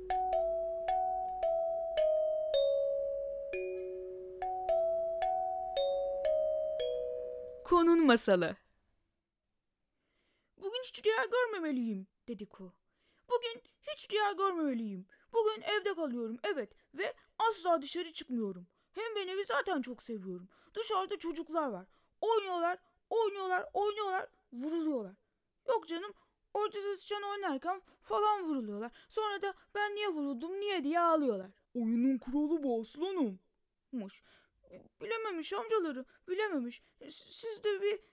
Ku'nun masalı. Bugün hiç rüya görmemeliyim, dedi Ku. Bugün hiç rüya görmemeliyim. Bugün evde kalıyorum, evet, ve asla dışarı çıkmıyorum. Hem ben evi zaten çok seviyorum. Dışarıda çocuklar var. Oynuyorlar, oynuyorlar, oynuyorlar, vuruluyorlar. Yok canım, ortada sıçan oynarken falan vuruluyorlar. Sonra da ben niye vuruldum, niye diye ağlıyorlar. Oyunun kuralı bu aslanım. Muş. Bilememiş amcaları, bilememiş. Siz de bir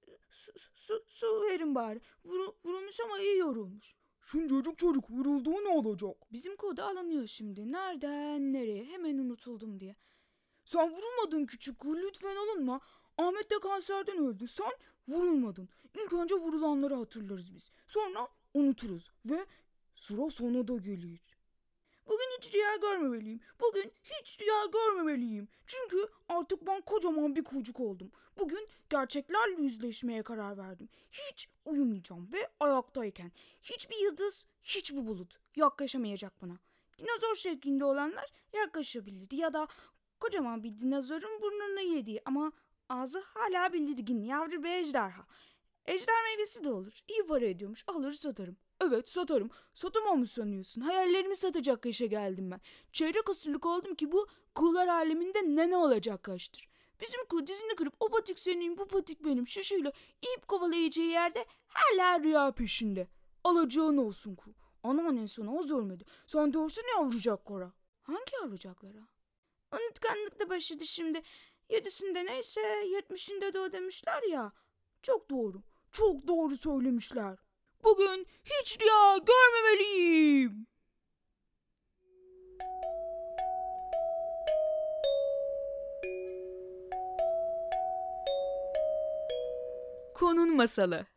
su verin bari. Vurulmuş ama iyi yorulmuş. Şuncacık çocuk vurulduğu ne olacak? Bizim koda alınıyor şimdi. Nereden nereye? Hemen unutuldum diye. Sen vurulmadın küçük kız, lütfen alınma. Ahmet de kanserden öldü. Sen vurulmadın. İlk önce vurulanları hatırlarız biz. Sonra unuturuz. Ve sıra sana da gelir. Bugün hiç rüya görmemeliyim. Bugün hiç rüya görmemeliyim. Çünkü artık ben kocaman bir kucuk oldum. Bugün gerçeklerle yüzleşmeye karar verdim. Hiç uyumayacağım ve ayaktayken hiçbir yıldız, hiçbir bulut yaklaşamayacak bana. Dinozor şeklinde olanlar yaklaşabilir ya da kocaman bir dinozorun burnunu yediği ama ağzı hala belirgin yavru bir ejderha. Ejder meyvesi de olur. İyi para ediyormuş. Alır satarım. Evet satarım. Satamam mı sanıyorsun? Hayallerimi satacak yaşa geldim ben. Çeyrek asırlık oldum ki bu kuğular aleminde ne olacak kaçtır. Bizim kuğu dizini kırıp o patik senin bu patik benim şaşıyla ip kovalayacağı yerde hala rüya peşinde. Alacağın olsun kuğu. Anaannen sana az örmedi. Sen görsene yavrucaklara. Hangi yavrucaklara? Unutkanlıkla başladı şimdi. Yedisinde neyse 70'inde de o demişler ya. Çok doğru. Çok doğru söylemişler. Bugün hiç rüya görmemeliyim. Ku'nun masalı.